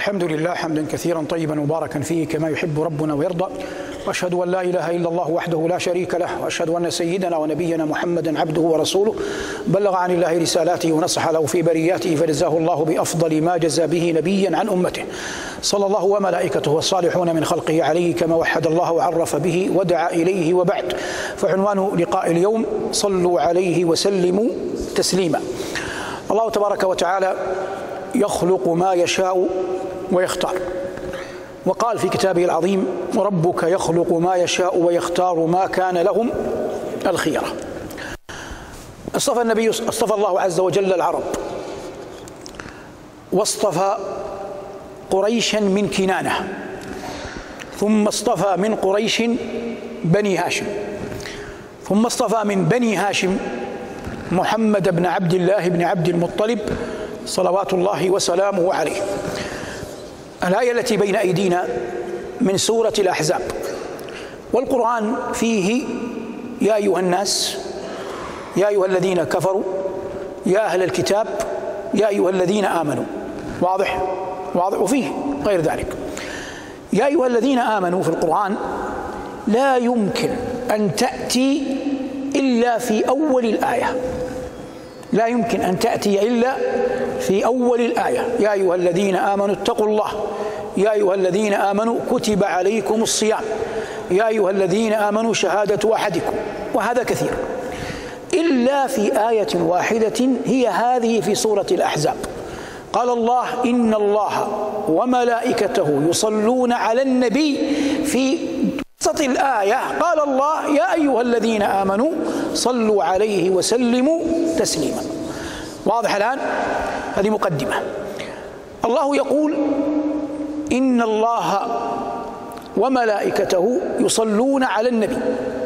الحمد لله حمدا كثيرا طيبا مباركا فيه كما يحب ربنا ويرضى، وأشهد أن لا إله إلا الله وحده لا شريك له، وأشهد أن سيدنا ونبينا محمدا عبده ورسوله بلغ عن الله رسالاته ونصح له في برياته، فجزاه الله بأفضل ما جزى به نبيا عن أمته، صلى الله وملائكته والصالحون من خلقه عليه كما وحد الله وعرف به ودعا إليه. وبعد، فعنوان لقاء اليوم: صلوا عليه وسلموا تسليما. الله تبارك وتعالى يخلق ما يشاء ويختار، وقال في كتابه العظيم: وربك يخلق ما يشاء ويختار ما كان لهم الخيرة. اصطفى الله عز وجل العرب، واصطفى قريشا من كنانة، ثم اصطفى من قريش بني هاشم، ثم اصطفى من بني هاشم محمد بن عبد الله بن عبد المطلب صلوات الله وسلامه عليه. الآية التي بين أيدينا من سورة الأحزاب، والقرآن فيه: يا أيها الناس، يا أيها الذين كفروا، يا أهل الكتاب، يا أيها الذين آمنوا. واضح؟ وفيه غير ذلك. يا أيها الذين آمنوا في القرآن لا يمكن أن تأتي إلا في أول الآية، لا يمكن أن تأتي إلا في أول الآية. يا أيها الذين آمنوا اتقوا الله، يا أيها الذين آمنوا كتب عليكم الصيام، يا أيها الذين آمنوا شهادة أحدكم، وهذا كثير، إلا في آية واحدة هي هذه في سورة الأحزاب. قال الله: إن الله وملائكته يصلون على النبي. في وسط الآية قال الله: يا أيها الذين آمنوا صلوا عليه وسلموا تسليما. واضح الآن؟ هذه مقدمة. الله يقول: إن الله وملائكته يصلون على النبي.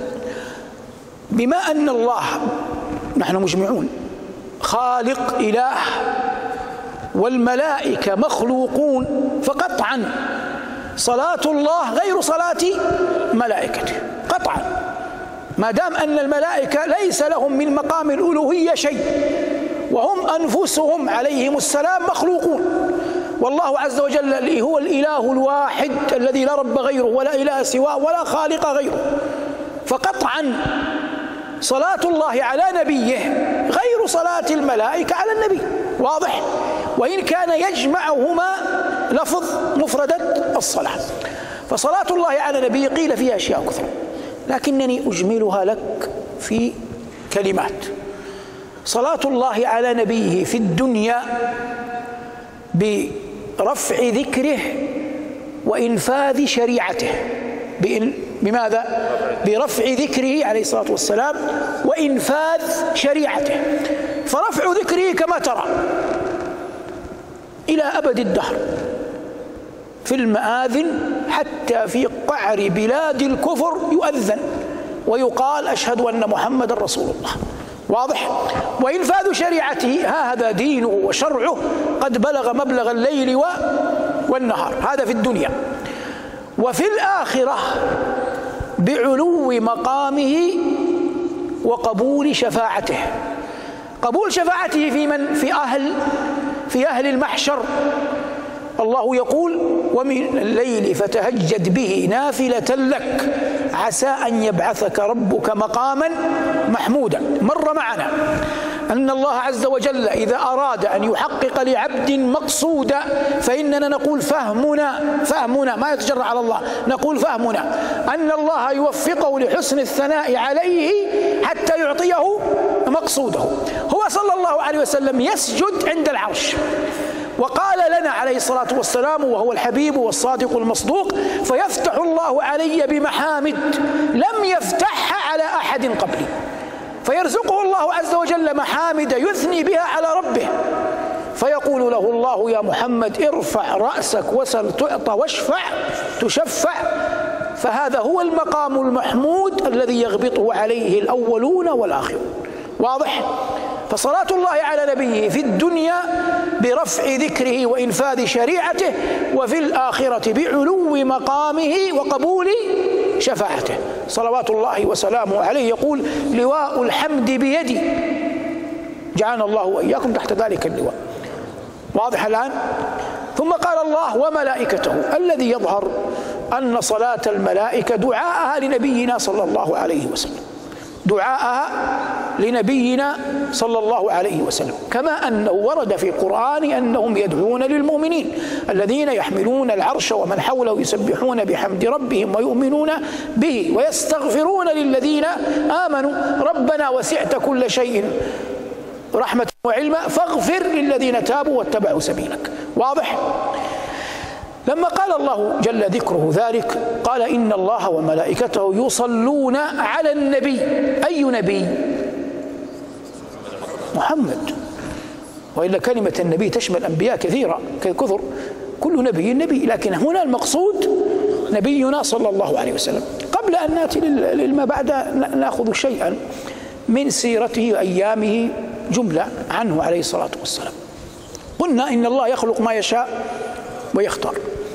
بما أن الله، نحن مجمعون، خالق إله والملائكة مخلوقون، فقطعا صلاة الله غير صلاة ملائكته قطعا، ما دام أن الملائكة ليس لهم من مقام الألوهية شيء، وهم أنفسهم عليهم السلام مخلوقون، والله عز وجل هو الإله الواحد الذي لا رب غيره ولا إله سواه ولا خالق غيره، فقطعا صلاة الله على نبيه غير صلاة الملائكة على النبي. واضح؟ وإن كان يجمعهما لفظ مفردة الصلاة. فصلاة الله على نبيه قيل فيها أشياء كثيرة، لكنني أجملها لك في كلمات. صلاة الله على نبيه في الدنيا برفع ذكره وإنفاذ شريعته. بماذا؟ برفع ذكره عليه الصلاة والسلام وإنفاذ شريعته. فرفع ذكره كما ترى إلى أبد الدهر في المآذن، حتى في قعر بلاد الكفر يؤذن ويقال: أشهد أن محمد رسول الله. واضح؟ وإنفاذ شريعته، هذا دينه وشرعه قد بلغ مبلغ الليل والنهار. هذا في الدنيا. وفي الآخرة بعلو مقامه وقبول شفاعته. قبول شفاعته في من؟ في أهل المحشر. الله يقول: ومن الليل فتهجد به نافلة لك عسى أن يبعثك ربك مقاما محمودا. مر معنا أن الله عز وجل إذا أراد أن يحقق لعبد مقصودا فإننا نقول فهمنا ما يتجرأ على الله، نقول فهمنا أن الله يوفقه لحسن الثناء عليه حتى يعطيه مقصوده. هو صلى الله عليه وسلم يسجد عند العرش، وقال لنا عليه الصلاة والسلام وهو الحبيب والصادق المصدوق: فيفتح الله علي بمحامد لم يفتحها على أحد قبلي. فيرزقه الله عز وجل محامد يثني بها على ربه، فيقول له الله: يا محمد ارفع رأسك وسل تعطى واشفع تشفع. فهذا هو المقام المحمود الذي يغبطه عليه الأولون والآخرون. واضح؟ فصلاة الله على نبيه في الدنيا برفع ذكره وإنفاذ شريعته، وفي الآخرة بعلو مقامه وقبول شفاعته صلوات الله وسلامه عليه. يقول: لواء الحمد بيدي، جعلنا الله وإياكم تحت ذلك اللواء. واضح الآن؟ ثم ثم قال الله وملائكته. الذي يظهر أن صلاة الملائكة دعاءها لنبينا صلى الله عليه وسلم، دعاءها لنبينا صلى الله عليه وسلم، كما أنه ورد في القرآن أنهم يدعون للمؤمنين الذين يحملون العرش ومن حوله يسبحون بحمد ربهم ويؤمنون به ويستغفرون للذين آمنوا ربنا وسعت كل شيء رحمة وعلما فاغفر للذين تابوا واتبعوا سبيلك. واضح؟ لما قال الله جل ذكره ذلك قال إن الله وملائكته يصلون على النبي. أي نبي؟ محمد. وإلا كلمة النبي تشمل أنبياء كثيرة كثر، كل نبي نبي، لكن هنا المقصود نبينا صلى الله عليه وسلم. قبل أن نأتي لما بعد نأخذ شيئا من سيرته وأيامه جملة عنه عليه الصلاة والسلام. قلنا إن الله يخلق ما يشاء ويختار.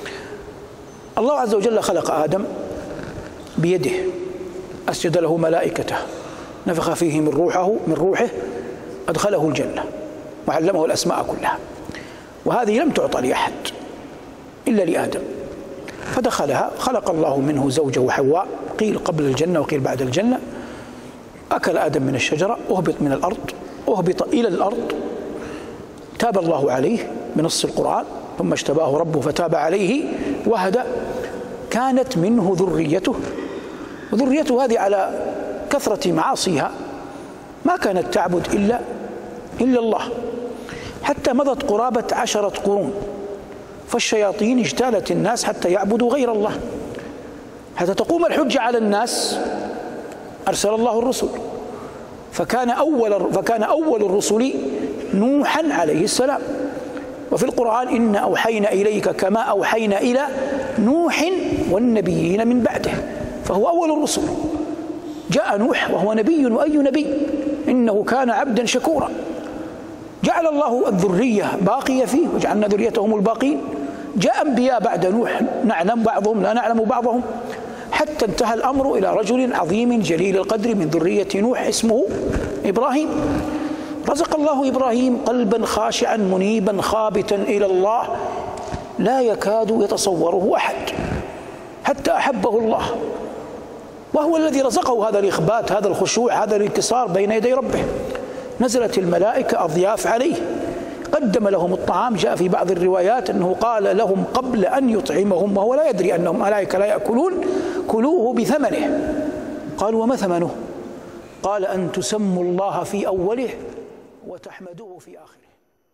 الله عز وجل خلق آدم بيده، أسجد له ملائكته، نفخ فيه من روحه، أدخله الجنة وعلمه الأسماء كلها، وهذه لم تعطى لأحد إلا لآدم، فدخلها. خلق الله منه زوجه حواء، قيل قبل الجنة وقيل بعد الجنة. أكل آدم من الشجرة، أهبط من الأرض، أهبط إلى الأرض، تاب الله عليه بنص القرآن، ثم اجتباه ربه فتاب عليه وهدى. كانت منه ذريته، وذريته هذه على كثرة معاصيها ما كانت تعبد إلا الله، حتى مضت قرابة 10 قرون، فالشياطين اجتالت الناس حتى يعبدوا غير الله، حتى تقوم الحجة على الناس أرسل الله الرسل، فكان أول الرسل نوحا عليه السلام. وفي القرآن إن أوحينا إليك كما أوحينا إلى نوح والنبيين من بعده، فهو أول الرسل. جاء نوح وهو نبي، وأي نبي؟ إنه كان عبدا شكورا. جعل الله الذرية باقية فيه وجعلنا ذريتهم الباقين. جاء أنبياء بعد نوح نعلم بعضهم لا نعلم بعضهم، حتى انتهى الأمر إلى رجل عظيم جليل القدر من ذرية نوح اسمه إبراهيم. رزق الله إبراهيم قلبا خاشعا منيبا خابتا إلى الله لا يكاد يتصوره أحد، حتى أحبه الله، وهو الذي رزقه هذا الإخبات، هذا الخشوع، هذا الانكسار بين يدي ربه. نزلت الملائكة أضياف عليه، قدم لهم الطعام. جاء في بعض الروايات أنه قال لهم قبل أن يطعمهم وهو لا يدري أنهم ملائكة لا يأكلون: كلوه بثمنه. قالوا: وما ثمنه؟ قال: أن تسموا الله في أوله وتحمدوه في آخره.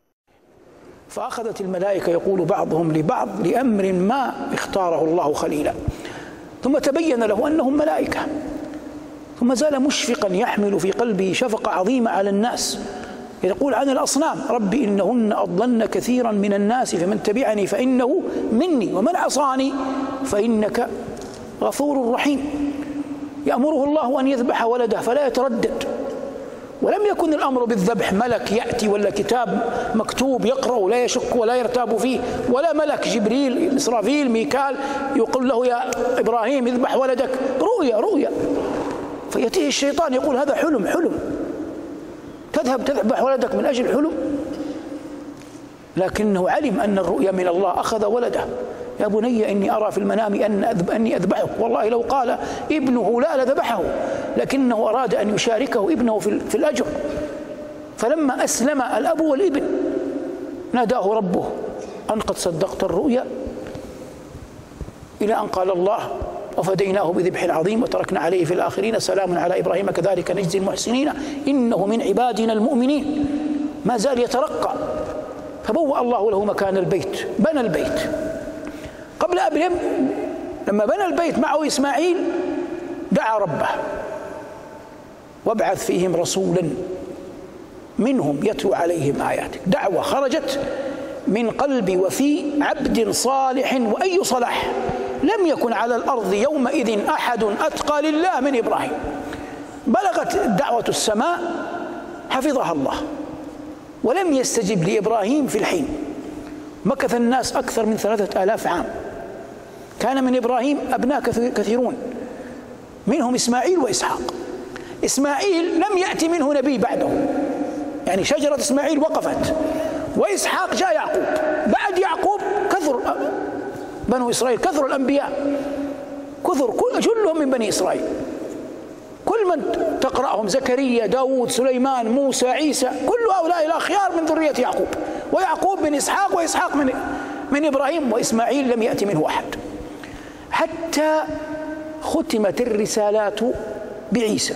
فأخذت الملائكة يقول بعضهم لبعض لأمر ما اختاره الله خليلا، ثم تبين له أنهم ملائكة، ثم زال مشفقا يحمل في قلبه شفقة عظيمة على الناس، يقول عن الأصنام: رب إنهن أضلن كثيرا من الناس فمن تبعني فإنه مني ومن عصاني فإنك غفور رحيم. يأمره الله أن يذبح ولده فلا يتردد، ولم يكن الأمر بالذبح ملك يأتي ولا كتاب مكتوب يقرأ ولا يشك ولا يرتاب فيه، ولا ملك جبريل إسرافيل ميكال يقول له يا إبراهيم اذبح ولدك. رؤيا فيأتيه الشيطان يقول هذا حلم، تذهب تذبح ولدك من أجل حلم؟ لكنه علم أن الرؤيا من الله، أخذ ولده: يا بني إني أرى في المنام أني أذبحك. والله لو قال ابنه لا لذبحه، لكنه أراد أن يشاركه ابنه في الأجر. فلما أسلم الأب والابن ناداه ربه أن قد صدقت الرؤيا، إلى أن قال الله: وفديناه بذبح عظيم وتركنا عليه في الآخرين سلام على إبراهيم كذلك نجزي المحسنين إنه من عبادنا المؤمنين. ما زال يترقى، فبوأ الله له مكان البيت، بنى البيت. قبل أن لما بنى البيت معه إسماعيل دعا ربه: وابعث فيهم رسولا منهم يتلو عليهم آياتك. دعوة خرجت من قلب وفي عبد صالح، وأي صلاح؟ لم يكن على الأرض يومئذ أحد أتقى لله من إبراهيم. بلغت الدعوة السماء، حفظها الله، ولم يستجب لإبراهيم في الحين. مكث الناس أكثر من 3000 عام. كان من إبراهيم أبناء كثيرون، منهم إسماعيل وإسحاق. إسماعيل لم يأتي منه نبي بعده، يعني شجرة إسماعيل وقفت، وإسحاق جاء يعقوب، بعد يعقوب بنو إسرائيل كثر الأنبياء، كثر كلهم من بني إسرائيل، كل من تقرأهم زكريا، داود، سليمان، موسى، عيسى، كل هؤلاء الأخيار من ذرية يعقوب، ويعقوب من إسحاق، وإسحاق من إبراهيم، وإسماعيل لم يأتي منه أحد، حتى ختمت الرسالات بعيسى.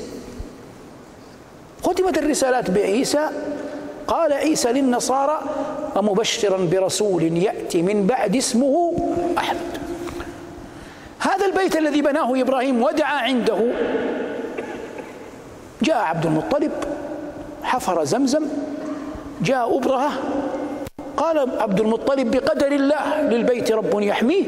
ختمت الرسالات بعيسى، قال عيسى للنصارى: ومبشرا برسول يأتي من بعد اسمه أحمد. هذا البيت الذي بناه إبراهيم ودعا عنده، جاء عبد المطلب حفر زمزم، جاء أبرهة، قال عبد المطلب: بقدر الله للبيت رب يحميه.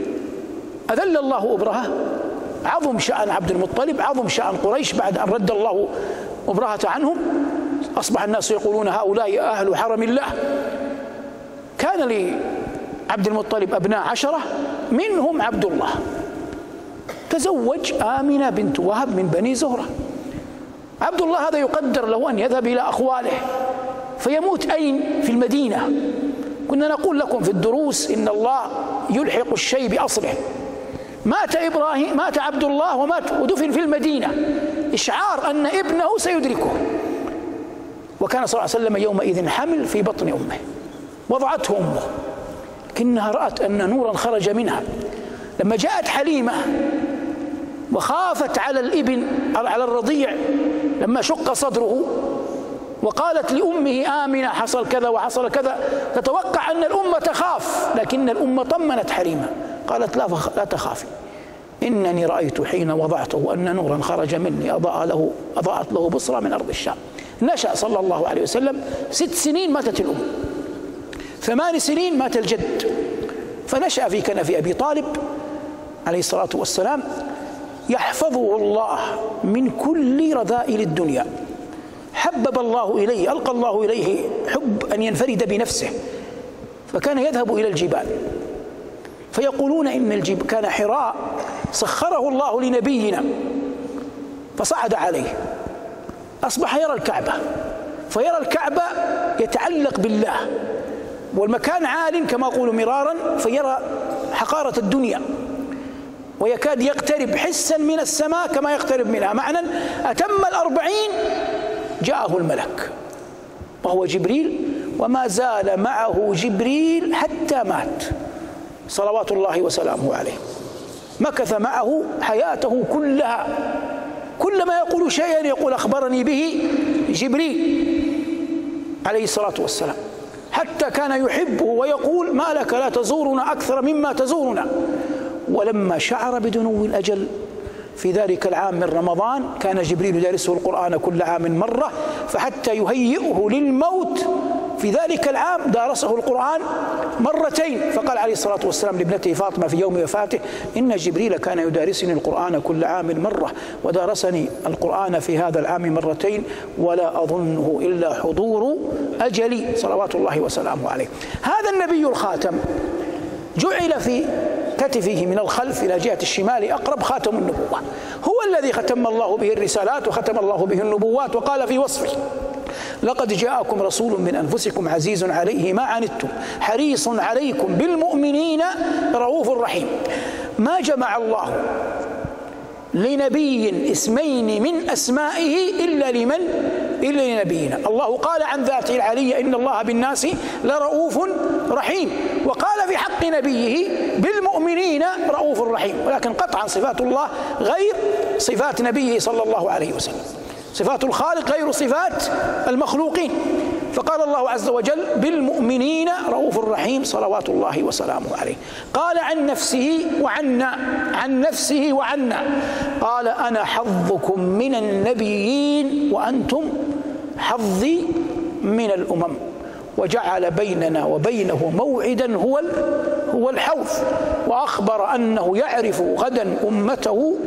أذل الله أبرهة، عظم شأن عبد المطلب، عظم شأن قريش بعد أن رد الله أبرهة عنهم. أصبح الناس يقولون هؤلاء أهل حرم الله. كان لعبد المطلب أبناء 10، منهم عبد الله، تزوج آمنة بنت وهب من بني زهرة. عبد الله هذا يقدر له أن يذهب إلى أخواله فيموت أين؟ في المدينة. كنا نقول لكم في الدروس إن الله يلحق الشيء بأصله. مات إبراهيم، مات عبد الله ومات ودفن في المدينة، إشعار أن ابنه سيدركه. وكان صلى الله عليه وسلم يومئذ حمل في بطن أمه، وضعته أمه، لكنها رأت أن نورا خرج منها. لما جاءت حليمة وخافت على الابن، على الرضيع، لما شق صدره، وقالت لأمه آمنة حصل كذا وحصل كذا، تتوقع أن الأمة تخاف، لكن الأمة طمنت حليمة، قالت: لا تخافي، إنني رأيت حين وضعته أن نورا خرج مني أضاءت له بصرى من أرض الشام. نشأ صلى الله عليه وسلم 6 سنين ماتت الأم، 8 سنين مات الجد، فنشأ في كنف أبي طالب عليه الصلاة والسلام، يحفظه الله من كل رذائل الدنيا. حبب الله إليه، ألقى الله إليه حب أن ينفرد بنفسه، فكان يذهب إلى الجبال، فيقولون إن كان حراء سخره الله لنبينا، فصعد عليه، أصبح يرى الكعبة، فيرى الكعبة يتعلق بالله، والمكان عال كما أقول مرارا، فيرى حقارة الدنيا، ويكاد يقترب حسا من السماء كما يقترب منها. معنى أتم 40 جاءه الملك وهو جبريل، وما زال معه جبريل حتى مات صلوات الله وسلامه عليه، مكث معه حياته كلها، كلما يقول شيئا يقول أخبرني به جبريل عليه الصلاة والسلام، حتى كان يحبه ويقول: ما لك لا تزورنا أكثر مما تزورنا. ولما شعر بدنو الأجل في ذلك العام من رمضان، كان جبريل يدرسه القرآن كل عام مرة، فحتى يهيئه للموت في ذلك العام دارسه القرآن مرتين. فقال عليه الصلاة والسلام لابنته فاطمة في يوم وفاته: إن جبريل كان يدارسني القرآن كل عام مرة، ودارسني القرآن في هذا العام مرتين، ولا أظنه إلا حضور أجلي صلوات الله وسلامه عليه. هذا النبي الخاتم جعل في كتفه من الخلف إلى جهة الشمال أقرب خاتم النبوة، هو الذي ختم الله به الرسالات وختم الله به النبوات. وقال في وصفه: لقد جاءكم رسول من أنفسكم عزيز عليه ما عنتم حريص عليكم بالمؤمنين رؤوف رحيم. ما جمع الله لنبي اسمين من أسمائه إلا لنبينا. الله قال عن ذاته العلية: إن الله بالناس لرؤوف رحيم، وقال في حق نبيه: بالمؤمنين رؤوف رحيم. ولكن قطعا صفات الله غير صفات نبيه صلى الله عليه وسلم، صفات الخالق غير صفات المخلوقين. فقال الله عز وجل: بالمؤمنين رؤوف رحيم صلوات الله وسلامه عليه. قال عن نفسه وعنا، قال: أنا حظكم من النبيين وأنتم حظي من الأمم، وجعل بيننا وبينه موعدا هو الحوض، وأخبر أنه يعرف غدا أمته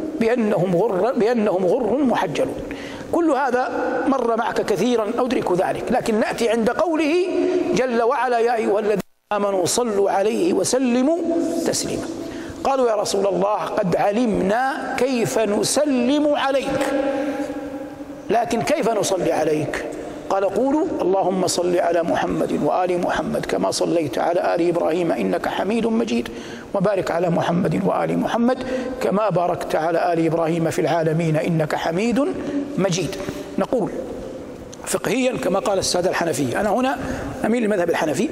بأنهم غر محجلون. كل هذا مر معك كثيرا أدرك ذلك، لكن نأتي عند قوله جل وعلا: يا أيها الذين آمنوا صلوا عليه وسلموا تسليما. قالوا: يا رسول الله قد علمنا كيف نسلم عليك، لكن كيف نصلي عليك؟ قال قولوا اللهم صل على محمد وآل محمد كما صليت على آل إبراهيم إنك حميد مجيد وبارك على محمد وآل محمد كما باركت على آل إبراهيم في العالمين إنك حميد مجيد. نقول فقهيا كما قال السادة الحنفية، أنا هنا أميل للمذهب الحنفي،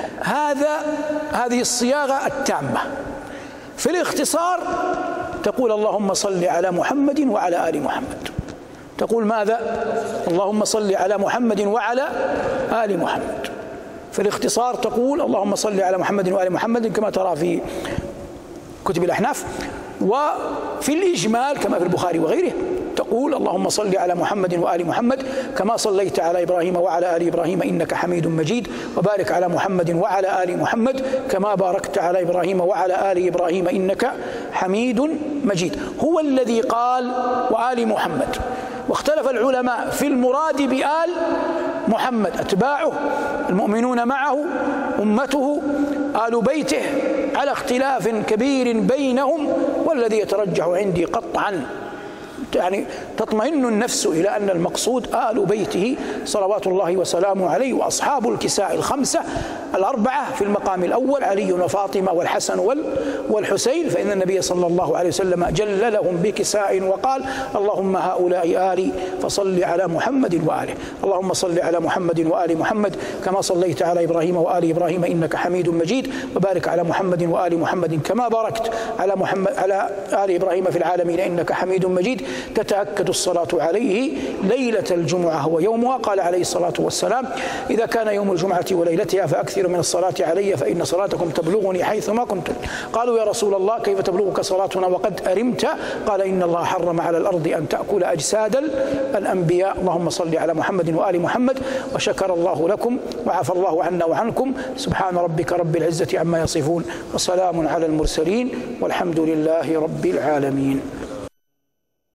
هذه الصياغة التامة. في الاختصار تقول اللهم صل على محمد وعلى آل محمد، تقول ماذا؟ اللهم صل على محمد وعلى آل محمد. في الاختصار تقول اللهم صل على محمد وآل محمد كما ترى في كتب الأحناف. وفي الإجمال كما في البخاري وغيره تقول اللهم صل على محمد وآل محمد كما صليت على إبراهيم وعلى آل إبراهيم إنك حميد مجيد وبارك على محمد وعلى آل محمد كما باركت على إبراهيم وعلى آل إبراهيم إنك حميد مجيد. هو الذي قال وآل محمد، واختلف العلماء في المراد بآل محمد، أتباعه المؤمنون معه أمته آل بيته، على اختلاف كبير بينهم، والذي يترجح عندي قطعا يعني تطمئن النفس إلى أن المقصود آل بيته صلوات الله وسلامه عليه وأصحاب الكساء الخمسة الأربعة في المقام الأول علي وفاطمة والحسن والحسين، فإن النبي صلى الله عليه وسلم جللهم بكساء وقال اللهم هؤلاء آلي فصل على محمد وآله. اللهم صل على محمد وآل محمد كما صليت على إبراهيم وآل إبراهيم إنك حميد مجيد وبارك على محمد وآل محمد كما باركت على آل إبراهيم في العالمين إنك حميد مجيد. تتأكد الصلاة عليه ليلة الجمعة ويومها. قال عليه الصلاة والسلام إذا كان يوم الجمعة وليلتها فأكثر من الصلاة علي فإن صلاتكم تبلغني حيثما كنتم. قالوا يا رسول الله كيف تبلغك صلاتنا وقد أرمت؟ قال إن الله حرم على الأرض أن تأكل أجساد الأنبياء. اللهم صل على محمد وآل محمد. وشكر الله لكم وعفى الله عنا وعنكم. سبحان ربك رب العزة عما يصفون وسلام على المرسلين والحمد لله رب العالمين.